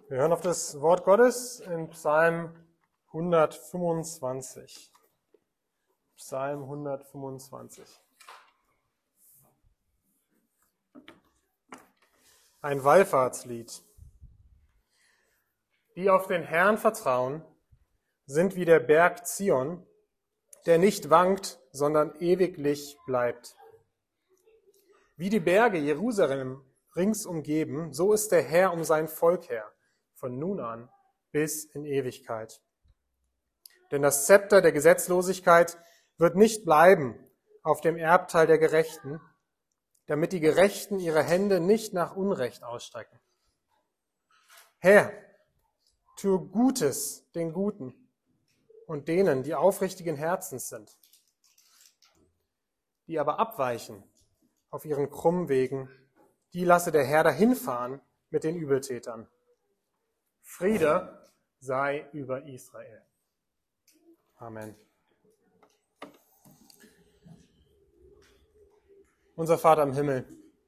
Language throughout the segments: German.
Wir hören auf das Wort Gottes in Psalm 125. Psalm 125. Ein Wallfahrtslied. Die auf den Herrn vertrauen, sind wie der Berg Zion, der nicht wankt, sondern ewiglich bleibt. Wie die Berge Jerusalem rings umgeben, so ist der Herr um sein Volk her, von nun an bis in Ewigkeit. Denn das Zepter der Gesetzlosigkeit wird nicht bleiben auf dem Erbteil der Gerechten, damit die Gerechten ihre Hände nicht nach Unrecht ausstrecken. Herr, tue Gutes den Guten und denen, die aufrichtigen Herzens sind, die aber abweichen auf ihren krummen Wegen, die lasse der Herr dahinfahren mit den Übeltätern. Friede sei über Israel. Amen. Unser Vater im Himmel,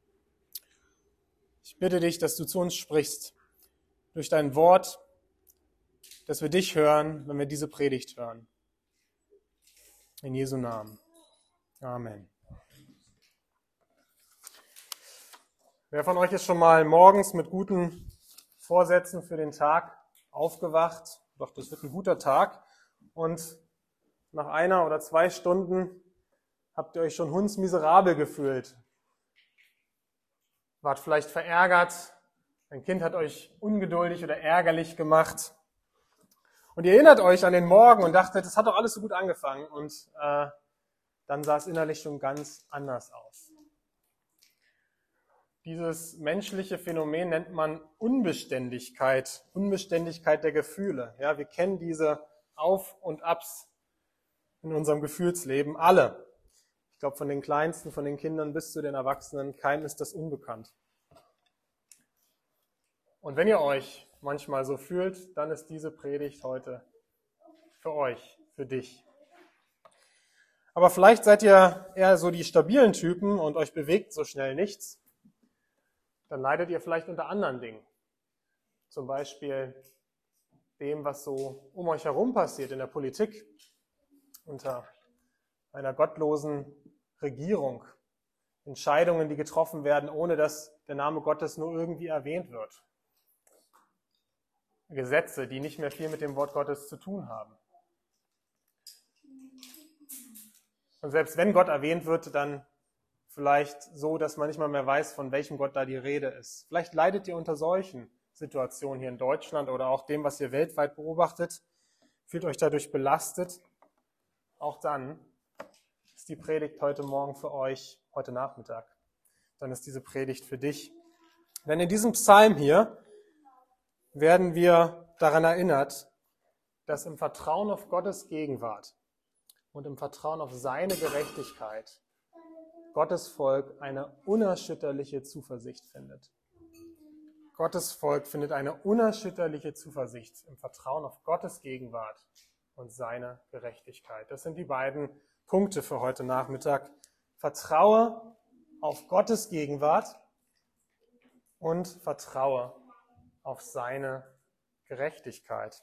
ich bitte dich, dass du zu uns sprichst, durch dein Wort, dass wir dich hören, wenn wir diese Predigt hören. In Jesu Namen. Amen. Wer von euch ist schon mal morgens mit guten Vorsätzen für den Tag aufgewacht? Doch, das wird ein guter Tag. Und nach 1 oder 2 Stunden habt ihr euch schon hundsmiserabel gefühlt. Wart vielleicht verärgert. Ein Kind hat euch ungeduldig oder ärgerlich gemacht. Und ihr erinnert euch an den Morgen und dachtet, das hat doch alles so gut angefangen. Und dann sah es innerlich schon ganz anders aus. Dieses menschliche Phänomen nennt man Unbeständigkeit, Unbeständigkeit der Gefühle. Ja, wir kennen diese Auf- und Abs in unserem Gefühlsleben, alle. Ich glaube, von den Kleinsten, von den Kindern bis zu den Erwachsenen, keinem ist das unbekannt. Und wenn ihr euch manchmal so fühlt, dann ist diese Predigt heute für euch, für dich. Aber vielleicht seid ihr eher so die stabilen Typen und euch bewegt so schnell nichts. Dann leidet ihr vielleicht unter anderen Dingen. Zum Beispiel dem, was so um euch herum passiert in der Politik, unter einer gottlosen Regierung. Entscheidungen, die getroffen werden, ohne dass der Name Gottes nur irgendwie erwähnt wird. Gesetze, die nicht mehr viel mit dem Wort Gottes zu tun haben. Und selbst wenn Gott erwähnt wird, dann vielleicht so, dass man nicht mal mehr weiß, von welchem Gott da die Rede ist. Vielleicht leidet ihr unter solchen Situationen hier in Deutschland oder auch dem, was ihr weltweit beobachtet. Fühlt euch dadurch belastet. Auch dann ist die Predigt heute Morgen für euch, heute Nachmittag. Dann ist diese Predigt für dich. Denn in diesem Psalm hier werden wir daran erinnert, dass im Vertrauen auf Gottes Gegenwart und im Vertrauen auf seine Gerechtigkeit Gottes Volk eine unerschütterliche Zuversicht findet. Gottes Volk findet eine unerschütterliche Zuversicht im Vertrauen auf Gottes Gegenwart und seine Gerechtigkeit. Das sind die beiden Punkte für heute Nachmittag. Vertraue auf Gottes Gegenwart und vertraue auf seine Gerechtigkeit.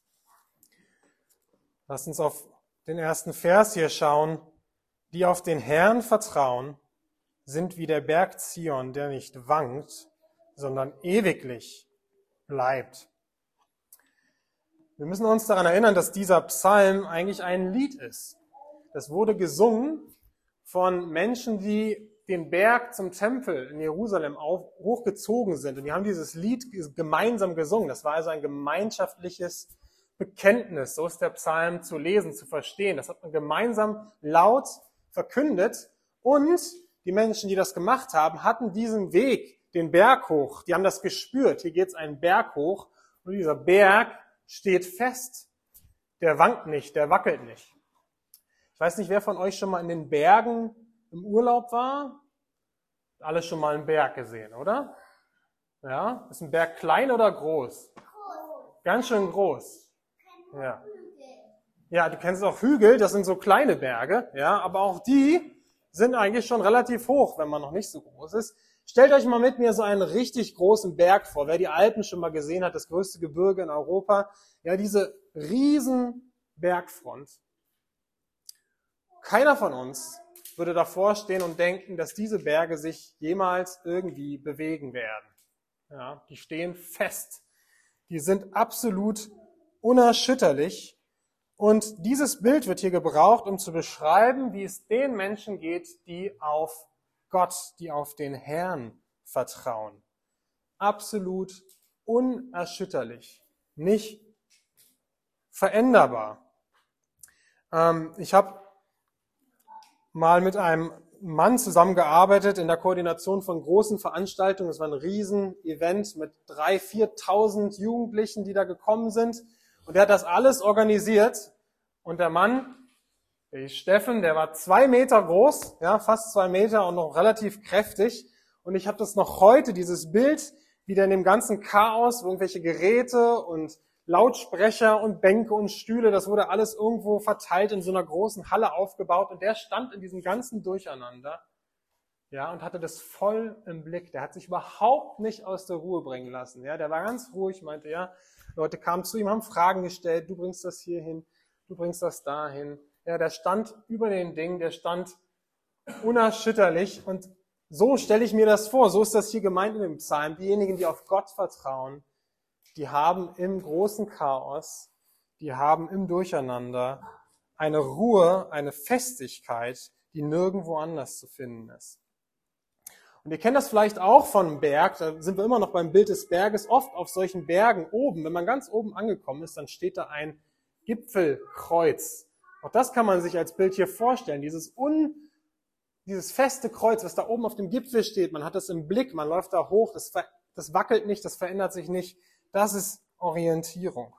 Lasst uns auf den ersten Vers hier schauen. Die auf den Herrn vertrauen, sind wie der Berg Zion, der nicht wankt, sondern ewiglich bleibt. Wir müssen uns daran erinnern, dass dieser Psalm eigentlich ein Lied ist. Das wurde gesungen von Menschen, die den Berg zum Tempel in Jerusalem hochgezogen sind. Und die haben dieses Lied gemeinsam gesungen. Das war also ein gemeinschaftliches Bekenntnis. So ist der Psalm zu lesen, zu verstehen. Das hat man gemeinsam laut verkündet. Und die Menschen, die das gemacht haben, hatten diesen Weg, den Berg hoch. Die haben das gespürt. Hier geht es einen Berg hoch. Und dieser Berg steht fest. Der wankt nicht, der wackelt nicht. Ich weiß nicht, wer von euch schon mal in den Bergen im Urlaub war. Alle schon mal einen Berg gesehen, oder? Ja, ist ein Berg klein oder groß? Ganz schön groß. Ja. Ja, du kennst auch Hügel, das sind so kleine Berge, ja, aber auch die sind eigentlich schon relativ hoch, wenn man noch nicht so groß ist. Stellt euch mal mit mir so einen richtig großen Berg vor. Wer die Alpen schon mal gesehen hat, das größte Gebirge in Europa, ja, diese riesen Bergfront. Keiner von uns würde davor stehen und denken, dass diese Berge sich jemals irgendwie bewegen werden. Ja, die stehen fest. Die sind absolut unerschütterlich. Und dieses Bild wird hier gebraucht, um zu beschreiben, wie es den Menschen geht, die auf Gott, die auf den Herrn vertrauen. Absolut unerschütterlich, nicht veränderbar. Ich habe mal mit einem Mann zusammengearbeitet in der Koordination von großen Veranstaltungen. Es war ein Riesen-Event mit 3.000, 4.000 Jugendlichen, die da gekommen sind. Und er hat das alles organisiert. Und der Mann, der Steffen, der war 2 Meter groß, ja, fast 2 Meter und noch relativ kräftig. Und ich habe das noch heute, dieses Bild, wie der in dem ganzen Chaos, irgendwelche Geräte und Lautsprecher und Bänke und Stühle, das wurde alles irgendwo verteilt in so einer großen Halle aufgebaut und der stand in diesem ganzen Durcheinander, ja, und hatte das voll im Blick. Der hat sich überhaupt nicht aus der Ruhe bringen lassen, ja, der war ganz ruhig, meinte, ja, Leute kamen zu ihm, haben Fragen gestellt, du bringst das hier hin, du bringst das dahin, ja, der stand über den Dingen, der stand unerschütterlich und so stelle ich mir das vor, so ist das hier gemeint in dem Psalm, diejenigen, die auf Gott vertrauen, die haben im großen Chaos, die haben im Durcheinander eine Ruhe, eine Festigkeit, die nirgendwo anders zu finden ist. Und ihr kennt das vielleicht auch vom Berg, da sind wir immer noch beim Bild des Berges, oft auf solchen Bergen oben, wenn man ganz oben angekommen ist, dann steht da ein Gipfelkreuz. Auch das kann man sich als Bild hier vorstellen, dieses feste Kreuz, was da oben auf dem Gipfel steht, man hat das im Blick, man läuft da hoch, das wackelt nicht, das verändert sich nicht. Das ist Orientierung.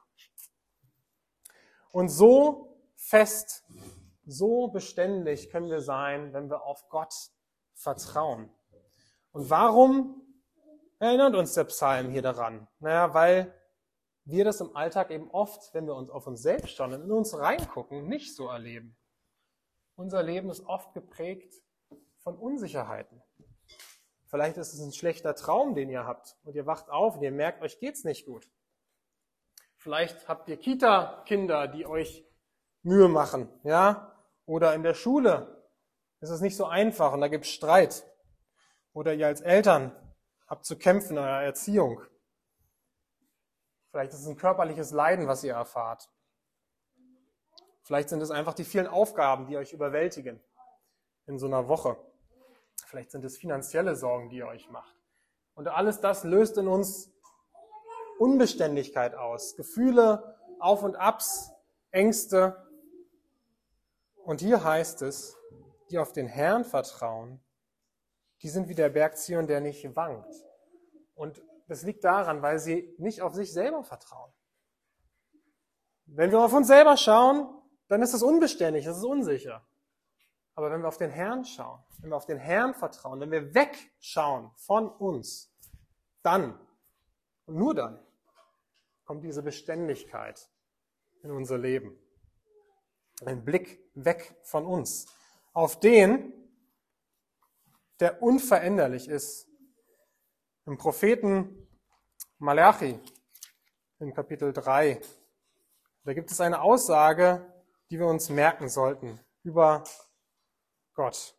Und so fest, so beständig können wir sein, wenn wir auf Gott vertrauen. Und warum erinnert uns der Psalm hier daran? Naja, weil wir das im Alltag eben oft, wenn wir uns auf uns selbst schauen und in uns reingucken, nicht so erleben. Unser Leben ist oft geprägt von Unsicherheiten. Vielleicht ist es ein schlechter Traum, den ihr habt und ihr wacht auf und ihr merkt, euch geht's nicht gut. Vielleicht habt ihr Kita-Kinder, die euch Mühe machen, ja? Oder in der Schule ist es nicht so einfach und da gibt's Streit. Oder ihr als Eltern habt zu kämpfen in eurer Erziehung. Vielleicht ist es ein körperliches Leiden, was ihr erfahrt. Vielleicht sind es einfach die vielen Aufgaben, die euch überwältigen in so einer Woche. Vielleicht sind es finanzielle Sorgen, die ihr euch macht. Und alles das löst in uns Unbeständigkeit aus. Gefühle, Auf und Abs, Ängste. Und hier heißt es, die auf den Herrn vertrauen, die sind wie der Berg Zion, der nicht wankt. Und das liegt daran, weil sie nicht auf sich selber vertrauen. Wenn wir auf uns selber schauen, dann ist es unbeständig, das ist unsicher. Aber wenn wir auf den Herrn schauen, wenn wir auf den Herrn vertrauen, wenn wir wegschauen von uns, dann und nur dann kommt diese Beständigkeit in unser Leben. Ein Blick weg von uns, auf den, der unveränderlich ist. Im Propheten Malachi, im Kapitel 3, da gibt es eine Aussage, die wir uns merken sollten über Gott.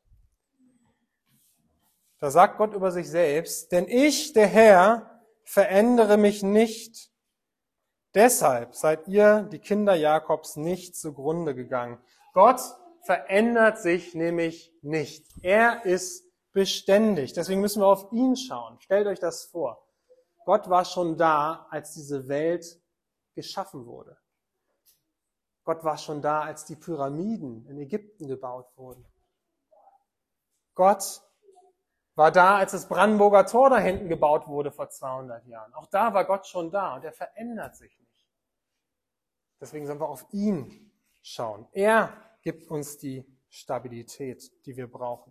Da sagt Gott über sich selbst, denn ich, der Herr, verändere mich nicht. Deshalb seid ihr, die Kinder Jakobs, nicht zugrunde gegangen. Gott verändert sich nämlich nicht. Er ist beständig. Deswegen müssen wir auf ihn schauen. Stellt euch das vor. Gott war schon da, als diese Welt geschaffen wurde. Gott war schon da, als die Pyramiden in Ägypten gebaut wurden. Gott war da, als das Brandenburger Tor da hinten gebaut wurde vor 200 Jahren. Auch da war Gott schon da und er verändert sich nicht. Deswegen sollen wir auf ihn schauen. Er gibt uns die Stabilität, die wir brauchen.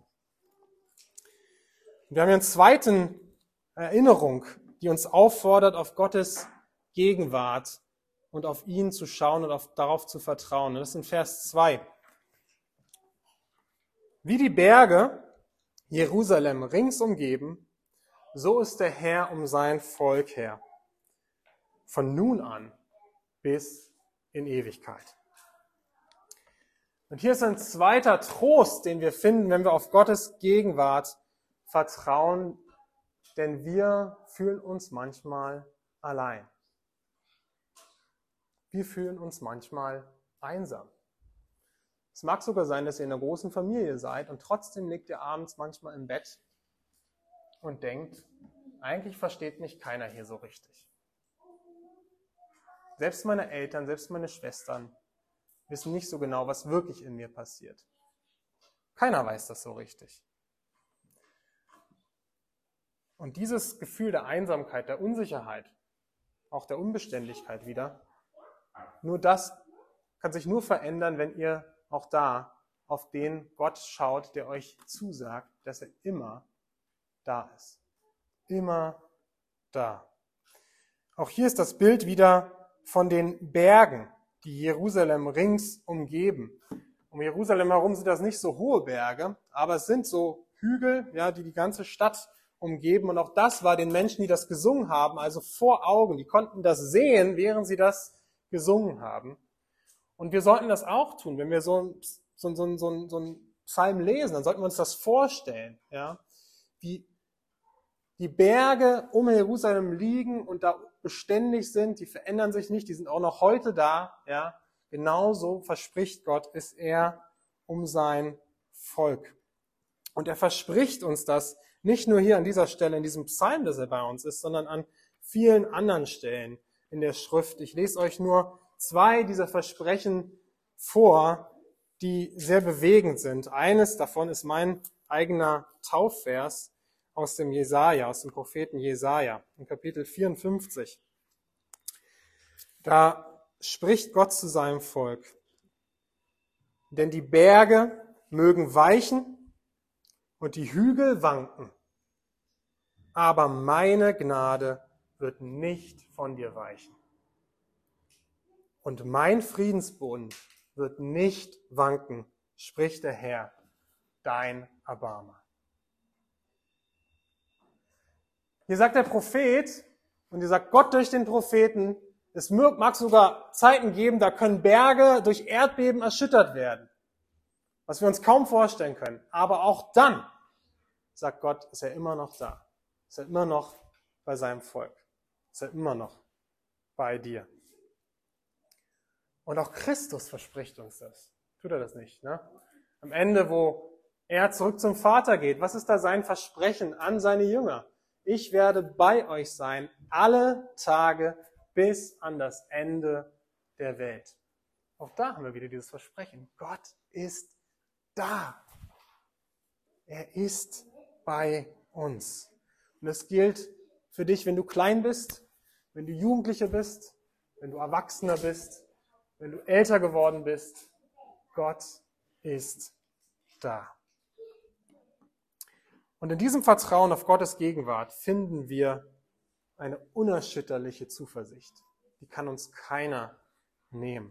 Wir haben hier eine zweite Erinnerung, die uns auffordert, auf Gottes Gegenwart und auf ihn zu schauen und darauf zu vertrauen. Und das ist in Vers 2. Wie die Berge Jerusalem rings umgeben, so ist der Herr um sein Volk her. Von nun an bis in Ewigkeit. Und hier ist ein zweiter Trost, den wir finden, wenn wir auf Gottes Gegenwart vertrauen, denn wir fühlen uns manchmal allein. Wir fühlen uns manchmal einsam. Es mag sogar sein, dass ihr in einer großen Familie seid und trotzdem liegt ihr abends manchmal im Bett und denkt, eigentlich versteht mich keiner hier so richtig. Selbst meine Eltern, selbst meine Schwestern wissen nicht so genau, was wirklich in mir passiert. Keiner weiß das so richtig. Und dieses Gefühl der Einsamkeit, der Unsicherheit, auch der Unbeständigkeit wieder, nur das kann sich nur verändern, wenn ihr auch da auf den Gott schaut, der euch zusagt, dass er immer da ist. Immer da. Auch hier ist das Bild wieder von den Bergen, die Jerusalem rings umgeben. Um Jerusalem herum sind das nicht so hohe Berge, aber es sind so Hügel, ja, die die ganze Stadt umgeben. Und auch das war den Menschen, die das gesungen haben, also vor Augen. Die konnten das sehen, während sie das gesungen haben. Und wir sollten das auch tun, wenn wir so einen Psalm lesen, dann sollten wir uns das vorstellen, ja, wie die Berge um Jerusalem liegen und da beständig sind, die verändern sich nicht, die sind auch noch heute da, ja. Genauso verspricht Gott, ist er um sein Volk. Und er verspricht uns das nicht nur hier an dieser Stelle, in diesem Psalm, dass er bei uns ist, sondern an vielen anderen Stellen in der Schrift. Ich lese euch nur 2 dieser Versprechen vor, die sehr bewegend sind. Eines davon ist mein eigener Taufvers aus dem Jesaja, aus dem Propheten Jesaja, in Kapitel 54. Da spricht Gott zu seinem Volk: Denn die Berge mögen weichen und die Hügel wanken, aber meine Gnade wird nicht von dir weichen. Und mein Friedensbund wird nicht wanken, spricht der Herr, dein Erbarmer. Hier sagt der Prophet, und hier sagt Gott durch den Propheten, es mag sogar Zeiten geben, da können Berge durch Erdbeben erschüttert werden, was wir uns kaum vorstellen können. Aber auch dann, sagt Gott, ist er immer noch da. Ist er immer noch bei seinem Volk. Ist er immer noch bei dir. Und auch Christus verspricht uns das. Tut er das nicht, ne? Am Ende, wo er zurück zum Vater geht, was ist da sein Versprechen an seine Jünger? Ich werde bei euch sein, alle Tage bis an das Ende der Welt. Auch da haben wir wieder dieses Versprechen. Gott ist da. Er ist bei uns. Und das gilt für dich, wenn du klein bist, wenn du Jugendlicher bist, wenn du Erwachsener bist, wenn du älter geworden bist. Gott ist da. Und in diesem Vertrauen auf Gottes Gegenwart finden wir eine unerschütterliche Zuversicht. Die kann uns keiner nehmen.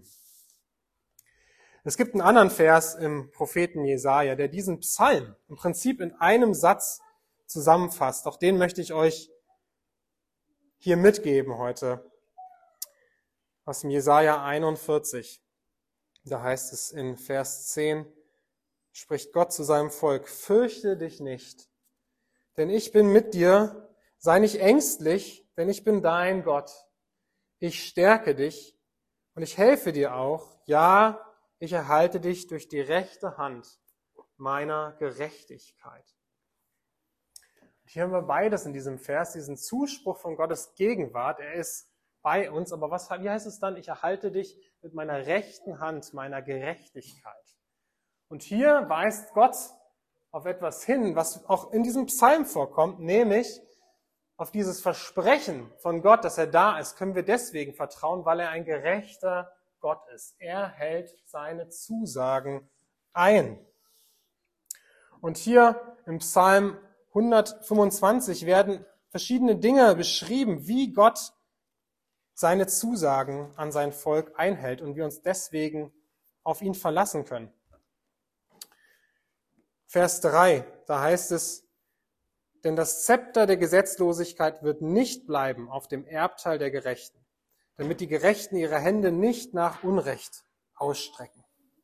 Es gibt einen anderen Vers im Propheten Jesaja, der diesen Psalm im Prinzip in einem Satz zusammenfasst. Auch den möchte ich euch hier mitgeben heute. Aus dem Jesaja 41. Da heißt es in Vers 10, spricht Gott zu seinem Volk: Fürchte dich nicht, denn ich bin mit dir. Sei nicht ängstlich, denn ich bin dein Gott. Ich stärke dich und ich helfe dir auch. Ja, ich erhalte dich durch die rechte Hand meiner Gerechtigkeit. Und hier haben wir beides in diesem Vers, diesen Zuspruch von Gottes Gegenwart. Er ist bei uns, aber wie heißt es dann? Ich erhalte dich mit meiner rechten Hand meiner Gerechtigkeit. Und hier weist Gott auf etwas hin, was auch in diesem Psalm vorkommt, nämlich auf dieses Versprechen von Gott, dass er da ist, können wir deswegen vertrauen, weil er ein gerechter Gott ist. Er hält seine Zusagen ein. Und hier im Psalm 125 werden verschiedene Dinge beschrieben, wie Gott seine Zusagen an sein Volk einhält und wir uns deswegen auf ihn verlassen können. Vers 3, da heißt es: denn das Zepter der Gesetzlosigkeit wird nicht bleiben auf dem Erbteil der Gerechten, damit die Gerechten ihre Hände nicht nach Unrecht ausstrecken.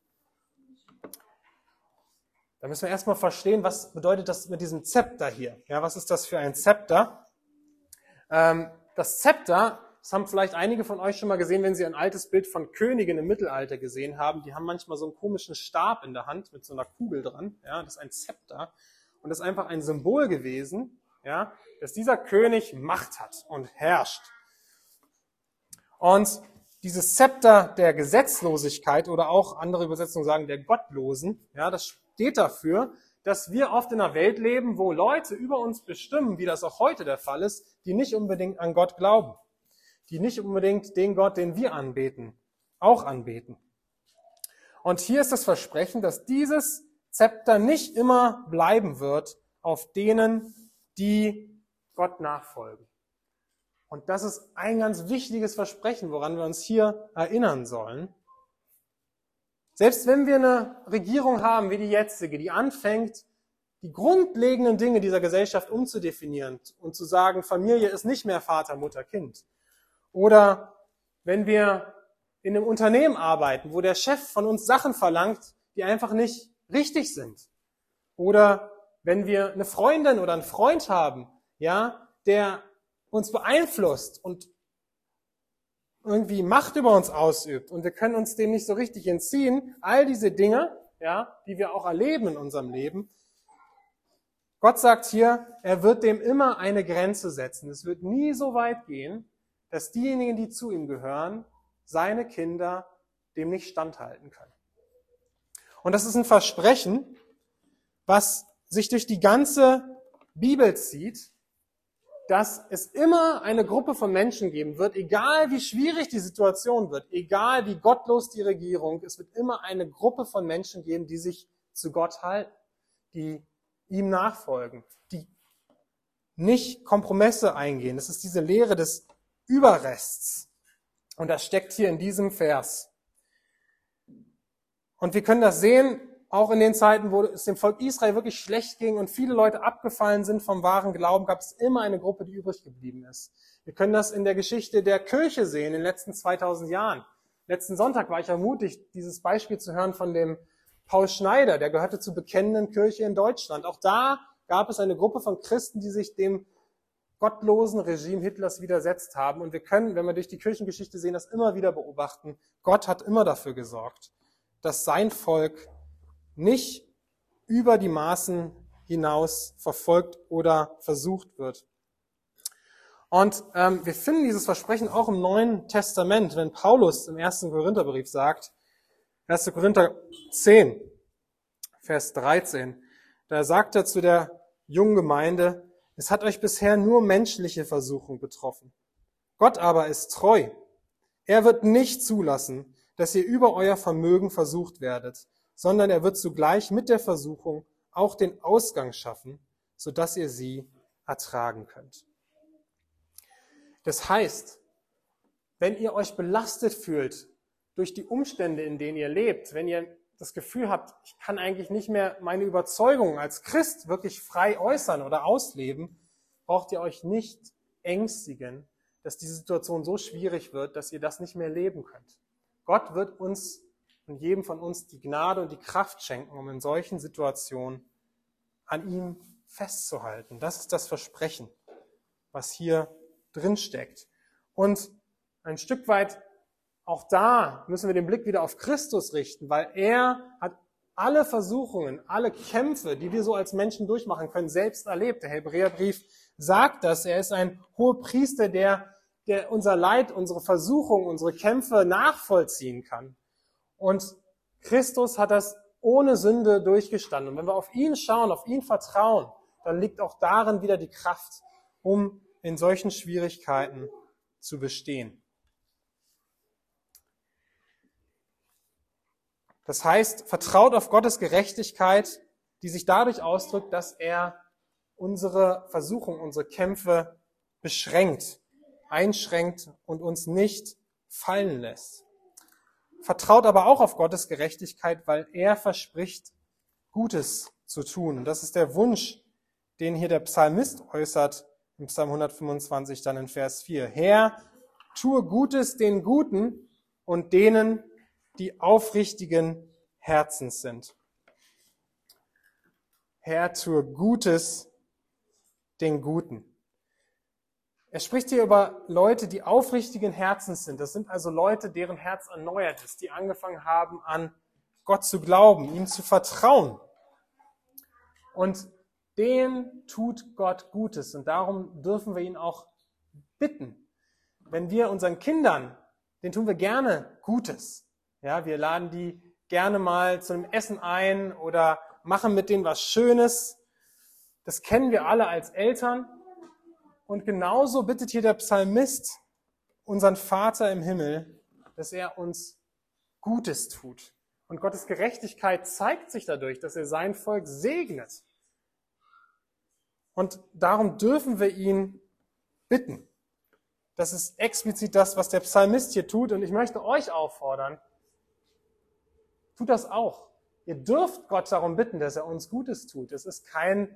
Da müssen wir erstmal verstehen, was bedeutet das mit diesem Zepter hier? Ja, was ist das für ein Zepter? Das Zepter, das haben vielleicht einige von euch schon mal gesehen, wenn sie ein altes Bild von Königen im Mittelalter gesehen haben. Die haben manchmal so einen komischen Stab in der Hand mit so einer Kugel dran. Ja, das ist ein Zepter. Und das ist einfach ein Symbol gewesen, ja, dass dieser König Macht hat und herrscht. Und dieses Zepter der Gesetzlosigkeit oder auch andere Übersetzungen sagen der Gottlosen, ja, das steht dafür, dass wir oft in einer Welt leben, wo Leute über uns bestimmen, wie das auch heute der Fall ist, die nicht unbedingt an Gott glauben, die nicht unbedingt den Gott, den wir anbeten, auch anbeten. Und hier ist das Versprechen, dass dieses Zepter nicht immer bleiben wird auf denen, die Gott nachfolgen. Und das ist ein ganz wichtiges Versprechen, woran wir uns hier erinnern sollen. Selbst wenn wir eine Regierung haben wie die jetzige, die anfängt, die grundlegenden Dinge dieser Gesellschaft umzudefinieren und zu sagen, Familie ist nicht mehr Vater, Mutter, Kind. Oder wenn wir in einem Unternehmen arbeiten, wo der Chef von uns Sachen verlangt, die einfach nicht richtig sind. Oder wenn wir eine Freundin oder einen Freund haben, ja, der uns beeinflusst und irgendwie Macht über uns ausübt und wir können uns dem nicht so richtig entziehen, all diese Dinge, ja, die wir auch erleben in unserem Leben. Gott sagt hier, er wird dem immer eine Grenze setzen. Es wird nie so weit gehen, dass diejenigen, die zu ihm gehören, seine Kinder dem nicht standhalten können. Und das ist ein Versprechen, was sich durch die ganze Bibel zieht, dass es immer eine Gruppe von Menschen geben wird, egal wie schwierig die Situation wird, egal wie gottlos die Regierung, es wird immer eine Gruppe von Menschen geben, die sich zu Gott halten, die ihm nachfolgen, die nicht Kompromisse eingehen. Das ist diese Lehre des Überrests. Und das steckt hier in diesem Vers. Und wir können das sehen, auch in den Zeiten, wo es dem Volk Israel wirklich schlecht ging und viele Leute abgefallen sind vom wahren Glauben, gab es immer eine Gruppe, die übrig geblieben ist. Wir können das in der Geschichte der Kirche sehen, in den letzten 2000 Jahren. Letzten Sonntag war ich ermutigt, dieses Beispiel zu hören von dem Paul Schneider, der gehörte zur bekennenden Kirche in Deutschland. Auch da gab es eine Gruppe von Christen, die sich dem gottlosen Regime Hitlers widersetzt haben. Und wir können, wenn wir durch die Kirchengeschichte sehen, das immer wieder beobachten. Gott hat immer dafür gesorgt, dass sein Volk nicht über die Maßen hinaus verfolgt oder versucht wird. Und wir finden dieses Versprechen auch im Neuen Testament, wenn Paulus im 1. Korintherbrief sagt, 1. Korinther 10, Vers 13, da sagt er zu der jungen Gemeinde, es hat euch bisher nur menschliche Versuchung betroffen. Gott aber ist treu. Er wird nicht zulassen, dass ihr über euer Vermögen versucht werdet, sondern er wird zugleich mit der Versuchung auch den Ausgang schaffen, sodass ihr sie ertragen könnt. Das heißt, wenn ihr euch belastet fühlt durch die Umstände, in denen ihr lebt, wenn ihr das Gefühl habt, ich kann eigentlich nicht mehr meine Überzeugung als Christ wirklich frei äußern oder ausleben, braucht ihr euch nicht ängstigen, dass die Situation so schwierig wird, dass ihr das nicht mehr leben könnt. Gott wird uns und jedem von uns die Gnade und die Kraft schenken, um in solchen Situationen an ihm festzuhalten. Das ist das Versprechen, was hier drin steckt. Und ein Stück weit auch da müssen wir den Blick wieder auf Christus richten, weil er hat alle Versuchungen, alle Kämpfe, die wir so als Menschen durchmachen können, selbst erlebt. Der Hebräerbrief sagt das. Er ist ein Hohepriester, der unser Leid, unsere Versuchung, unsere Kämpfe nachvollziehen kann. Und Christus hat das ohne Sünde durchgestanden. Und wenn wir auf ihn schauen, auf ihn vertrauen, dann liegt auch darin wieder die Kraft, um in solchen Schwierigkeiten zu bestehen. Das heißt, vertraut auf Gottes Gerechtigkeit, die sich dadurch ausdrückt, dass er unsere Versuchung, unsere Kämpfe beschränkt, einschränkt und uns nicht fallen lässt. Vertraut aber auch auf Gottes Gerechtigkeit, weil er verspricht, Gutes zu tun. Und das ist der Wunsch, den hier der Psalmist äußert, im Psalm 125, dann in Vers 4. Herr, tue Gutes den Guten und denen, die aufrichtigen Herzens sind. Herr, tue Gutes den Guten. Er spricht hier über Leute, die aufrichtigen Herzens sind. Das sind also Leute, deren Herz erneuert ist, die angefangen haben, an Gott zu glauben, ihm zu vertrauen. Und denen tut Gott Gutes. Und darum dürfen wir ihn auch bitten. Wenn wir unseren Kindern, denen tun wir gerne Gutes. Ja, wir laden die gerne mal zu einem Essen ein oder machen mit denen was Schönes. Das kennen wir alle als Eltern. Und genauso bittet hier der Psalmist unseren Vater im Himmel, dass er uns Gutes tut. Und Gottes Gerechtigkeit zeigt sich dadurch, dass er sein Volk segnet. Und darum dürfen wir ihn bitten. Das ist explizit das, was der Psalmist hier tut. Und ich möchte euch auffordern, tut das auch. Ihr dürft Gott darum bitten, dass er uns Gutes tut. Es ist keine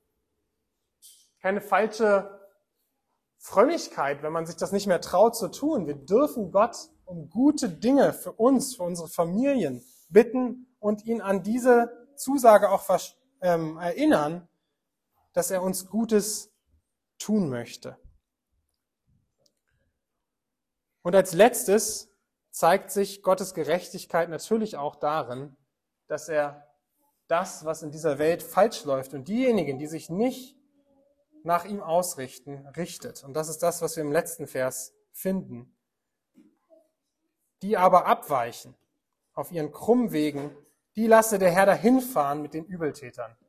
falsche Frömmigkeit, wenn man sich das nicht mehr traut zu tun. Wir dürfen Gott um gute Dinge für uns, für unsere Familien bitten und ihn an diese Zusage auch erinnern, dass er uns Gutes tun möchte. Und als letztes zeigt sich Gottes Gerechtigkeit natürlich auch darin, dass er das, was in dieser Welt falsch läuft und diejenigen, die sich nicht nach ihm ausrichten, richtet. Und das ist das, was wir im letzten Vers finden. Die aber abweichen auf ihren krummen Wegen, die lasse der Herr dahinfahren mit den Übeltätern.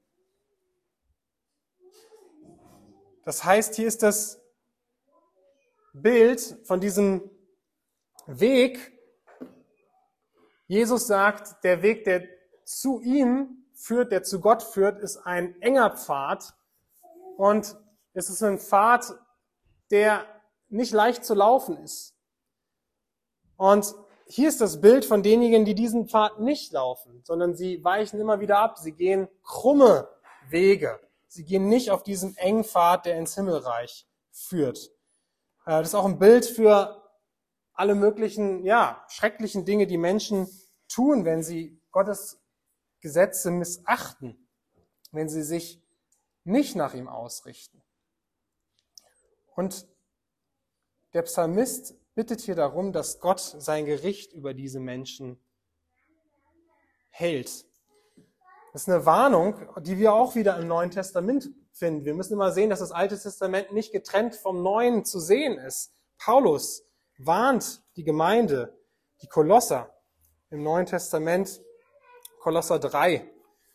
Das heißt, hier ist das Bild von diesem Weg. Jesus sagt, der Weg, der zu ihm führt, der zu Gott führt, ist ein enger Pfad. Und es ist ein Pfad, der nicht leicht zu laufen ist. Und hier ist das Bild von denjenigen, die diesen Pfad nicht laufen, sondern sie weichen immer wieder ab. Sie gehen krumme Wege. Sie gehen nicht auf diesen engen Pfad, der ins Himmelreich führt. Das ist auch ein Bild für alle möglichen, schrecklichen Dinge, die Menschen tun, wenn sie Gottes Gesetze missachten, wenn sie sich nicht nach ihm ausrichten. Und der Psalmist bittet hier darum, dass Gott sein Gericht über diese Menschen hält. Das ist eine Warnung, die wir auch wieder im Neuen Testament finden. Wir müssen immer sehen, dass das Alte Testament nicht getrennt vom Neuen zu sehen ist. Paulus warnt die Gemeinde, die Kolosser, im Neuen Testament, Kolosser 3,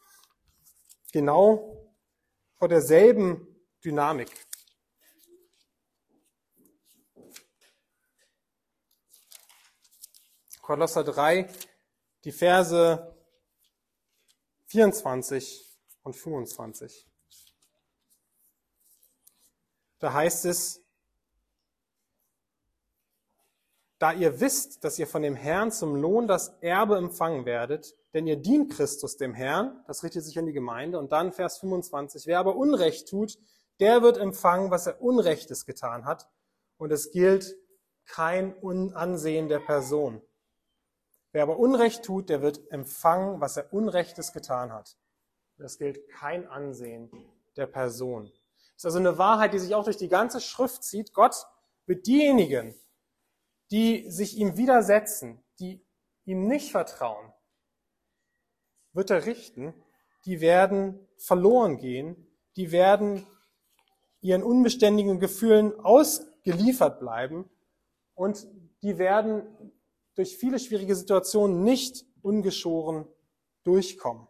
genau vor derselben Dynamik. Kolosser 3, die Verse 24 und 25. Da heißt es, da ihr wisst, dass ihr von dem Herrn zum Lohn das Erbe empfangen werdet, denn ihr dient Christus dem Herrn, das richtet sich an die Gemeinde, und dann Vers 25, wer aber Unrecht tut, der wird empfangen, was er Unrechtes getan hat, und es gilt kein Ansehen der Person. Wer aber Unrecht tut, der wird empfangen, was er Unrechtes getan hat. Das gilt kein Ansehen der Person. Das ist also eine Wahrheit, die sich auch durch die ganze Schrift zieht. Gott wird diejenigen, die sich ihm widersetzen, die ihm nicht vertrauen, wird er richten, die werden verloren gehen, die werden ihren unbeständigen Gefühlen ausgeliefert bleiben und die werden durch viele schwierige Situationen nicht ungeschoren durchkommen.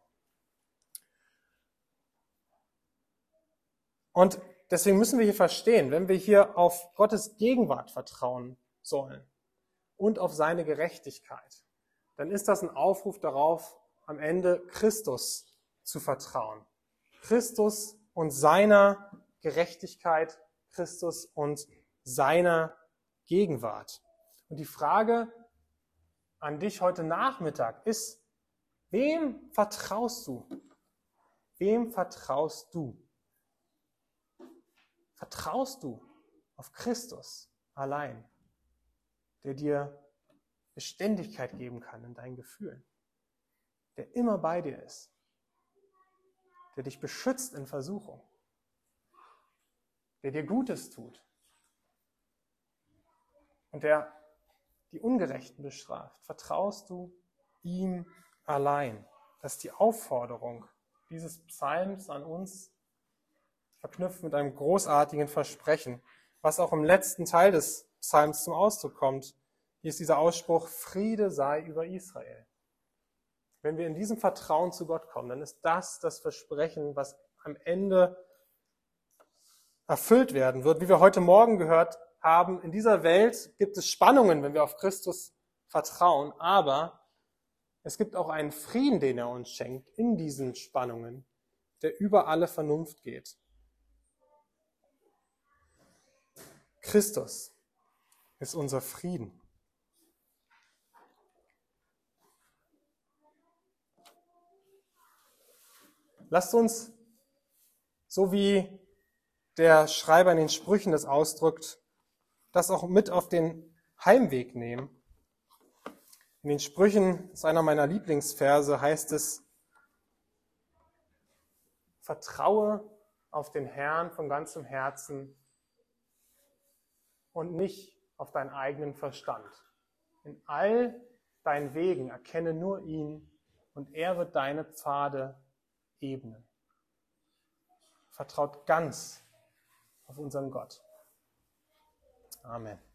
Und deswegen müssen wir hier verstehen, wenn wir hier auf Gottes Gegenwart vertrauen sollen und auf seine Gerechtigkeit, dann ist das ein Aufruf darauf, am Ende Christus zu vertrauen. Christus und seiner Gerechtigkeit, Christus und seiner Gegenwart. Und die Frage an dich heute Nachmittag ist, wem vertraust du? Wem vertraust du? Vertraust du auf Christus allein, der dir Beständigkeit geben kann in deinen Gefühlen, der immer bei dir ist, der dich beschützt in Versuchung, der dir Gutes tut und der die Ungerechten bestraft? Vertraust du ihm allein? Das ist die Aufforderung dieses Psalms an uns, verknüpft mit einem großartigen Versprechen, was auch im letzten Teil des Psalms zum Ausdruck kommt. Hier ist dieser Ausspruch: Friede sei über Israel. Wenn wir in diesem Vertrauen zu Gott kommen, dann ist das das Versprechen, was am Ende erfüllt werden wird. Wie wir heute Morgen gehört haben, in dieser Welt gibt es Spannungen, wenn wir auf Christus vertrauen, aber es gibt auch einen Frieden, den er uns schenkt in diesen Spannungen, der über alle Vernunft geht. Christus ist unser Frieden. Lasst uns, so wie der Schreiber in den Sprüchen das ausdrückt, das auch mit auf den Heimweg nehmen. In den Sprüchen, das ist einer meiner Lieblingsverse, heißt es: Vertraue auf den Herrn von ganzem Herzen und nicht auf deinen eigenen Verstand. In all deinen Wegen erkenne nur ihn und er wird deine Pfade ebnen. Vertraut ganz auf unseren Gott. Amen.